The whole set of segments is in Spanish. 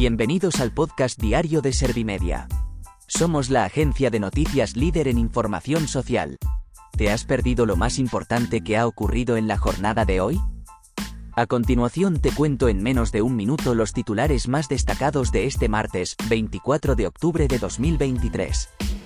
Bienvenidos al podcast diario de Servimedia. Somos la agencia de noticias líder en información social. ¿Te has perdido lo más importante que ha ocurrido en la jornada de hoy? A continuación te cuento en menos de un minuto los titulares más destacados de este martes, 24 de octubre de 2023.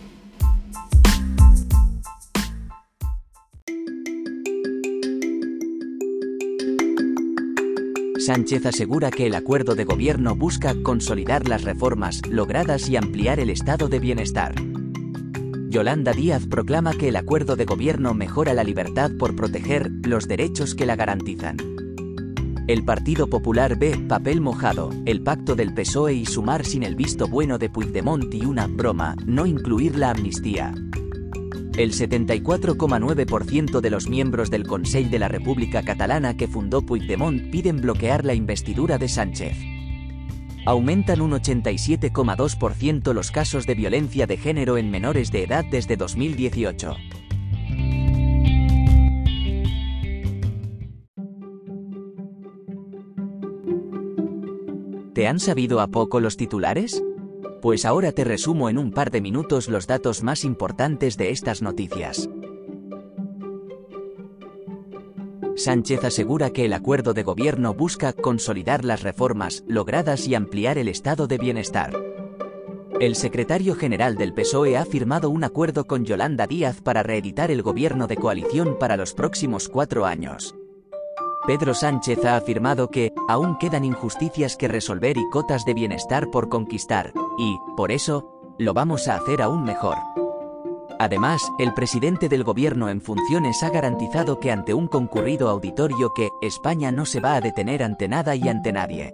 Sánchez asegura que el acuerdo de gobierno busca consolidar las reformas logradas y ampliar el estado de bienestar. Yolanda Díaz proclama que el acuerdo de gobierno mejora la libertad por proteger los derechos que la garantizan. El Partido Popular ve papel mojado, el pacto del PSOE y Sumar sin el visto bueno de Puigdemont y una broma, no incluir la amnistía. El 74,9% de los miembros del Consell de la República Catalana que fundó Puigdemont piden bloquear la investidura de Sánchez. Aumentan un 87,2% los casos de violencia de género en menores de edad desde 2018. ¿Te han sabido a poco los titulares? Pues ahora te resumo en un par de minutos los datos más importantes de estas noticias. Sánchez asegura que el acuerdo de gobierno busca consolidar las reformas logradas y ampliar el estado de bienestar. El secretario general del PSOE ha firmado un acuerdo con Yolanda Díaz para reeditar el gobierno de coalición para los próximos 4 años. Pedro Sánchez ha afirmado que aún quedan injusticias que resolver y cotas de bienestar por conquistar, y, por eso, lo vamos a hacer aún mejor. Además, el presidente del gobierno en funciones ha garantizado que ante un concurrido auditorio que España no se va a detener ante nada y ante nadie.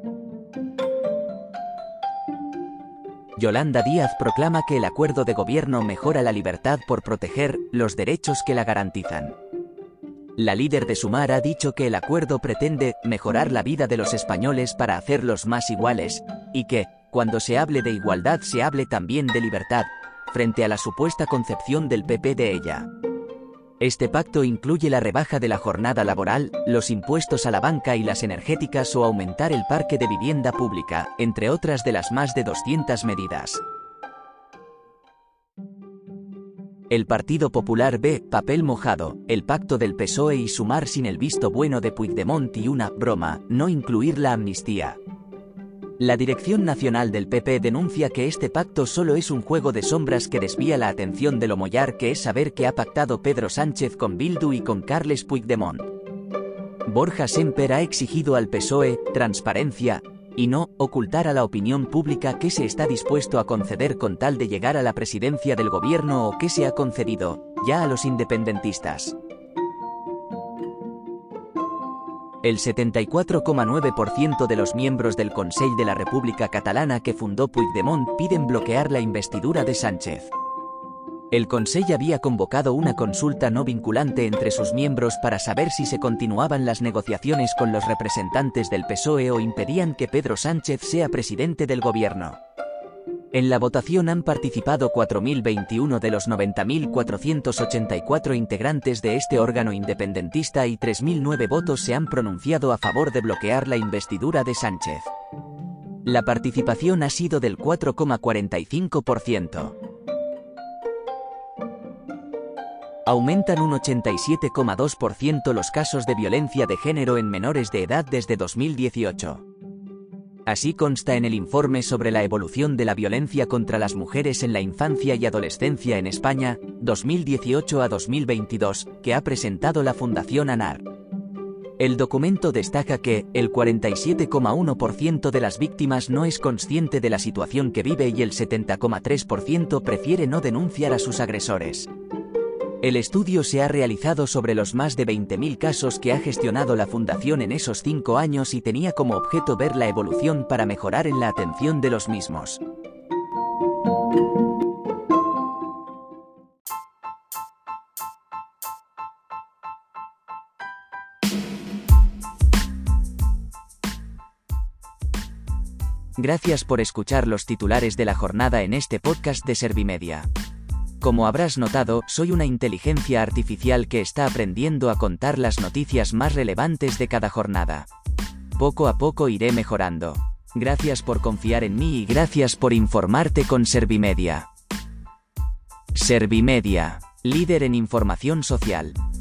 Yolanda Díaz proclama que el acuerdo de gobierno mejora la libertad por proteger los derechos que la garantizan. La líder de Sumar ha dicho que el acuerdo pretende mejorar la vida de los españoles para hacerlos más iguales, y que, cuando se hable de igualdad se hable también de libertad, frente a la supuesta concepción del PP de ella. Este pacto incluye la rebaja de la jornada laboral, los impuestos a la banca y las energéticas o aumentar el parque de vivienda pública, entre otras de las más de 200 medidas. El Partido Popular ve papel mojado, el pacto del PSOE y Sumar sin el visto bueno de Puigdemont y una broma, no incluir la amnistía. La dirección nacional del PP denuncia que este pacto solo es un juego de sombras que desvía la atención de lo mollar que es saber que ha pactado Pedro Sánchez con Bildu y con Carles Puigdemont. Borja Semper ha exigido al PSOE transparencia y no ocultar a la opinión pública qué se está dispuesto a conceder con tal de llegar a la presidencia del gobierno o qué se ha concedido ya a los independentistas. El 74,9% de los miembros del Consell de la República Catalana que fundó Puigdemont piden bloquear la investidura de Sánchez. El Consell había convocado una consulta no vinculante entre sus miembros para saber si se continuaban las negociaciones con los representantes del PSOE o impedían que Pedro Sánchez sea presidente del gobierno. En la votación han participado 4.021 de los 90.484 integrantes de este órgano independentista y 3.009 votos se han pronunciado a favor de bloquear la investidura de Sánchez. La participación ha sido del 4,45%. Aumentan un 87,2% los casos de violencia de género en menores de edad desde 2018. Así consta en el informe sobre la evolución de la violencia contra las mujeres en la infancia y adolescencia en España, 2018 a 2022, que ha presentado la Fundación ANAR. El documento destaca que el 47,1% de las víctimas no es consciente de la situación que vive y el 70,3% prefiere no denunciar a sus agresores. El estudio se ha realizado sobre los más de 20.000 casos que ha gestionado la Fundación en esos 5 años y tenía como objeto ver la evolución para mejorar en la atención de los mismos. Gracias por escuchar los titulares de la jornada en este podcast de Servimedia. Como habrás notado, soy una inteligencia artificial que está aprendiendo a contar las noticias más relevantes de cada jornada. Poco a poco iré mejorando. Gracias por confiar en mí y gracias por informarte con Servimedia. Servimedia, líder en información social.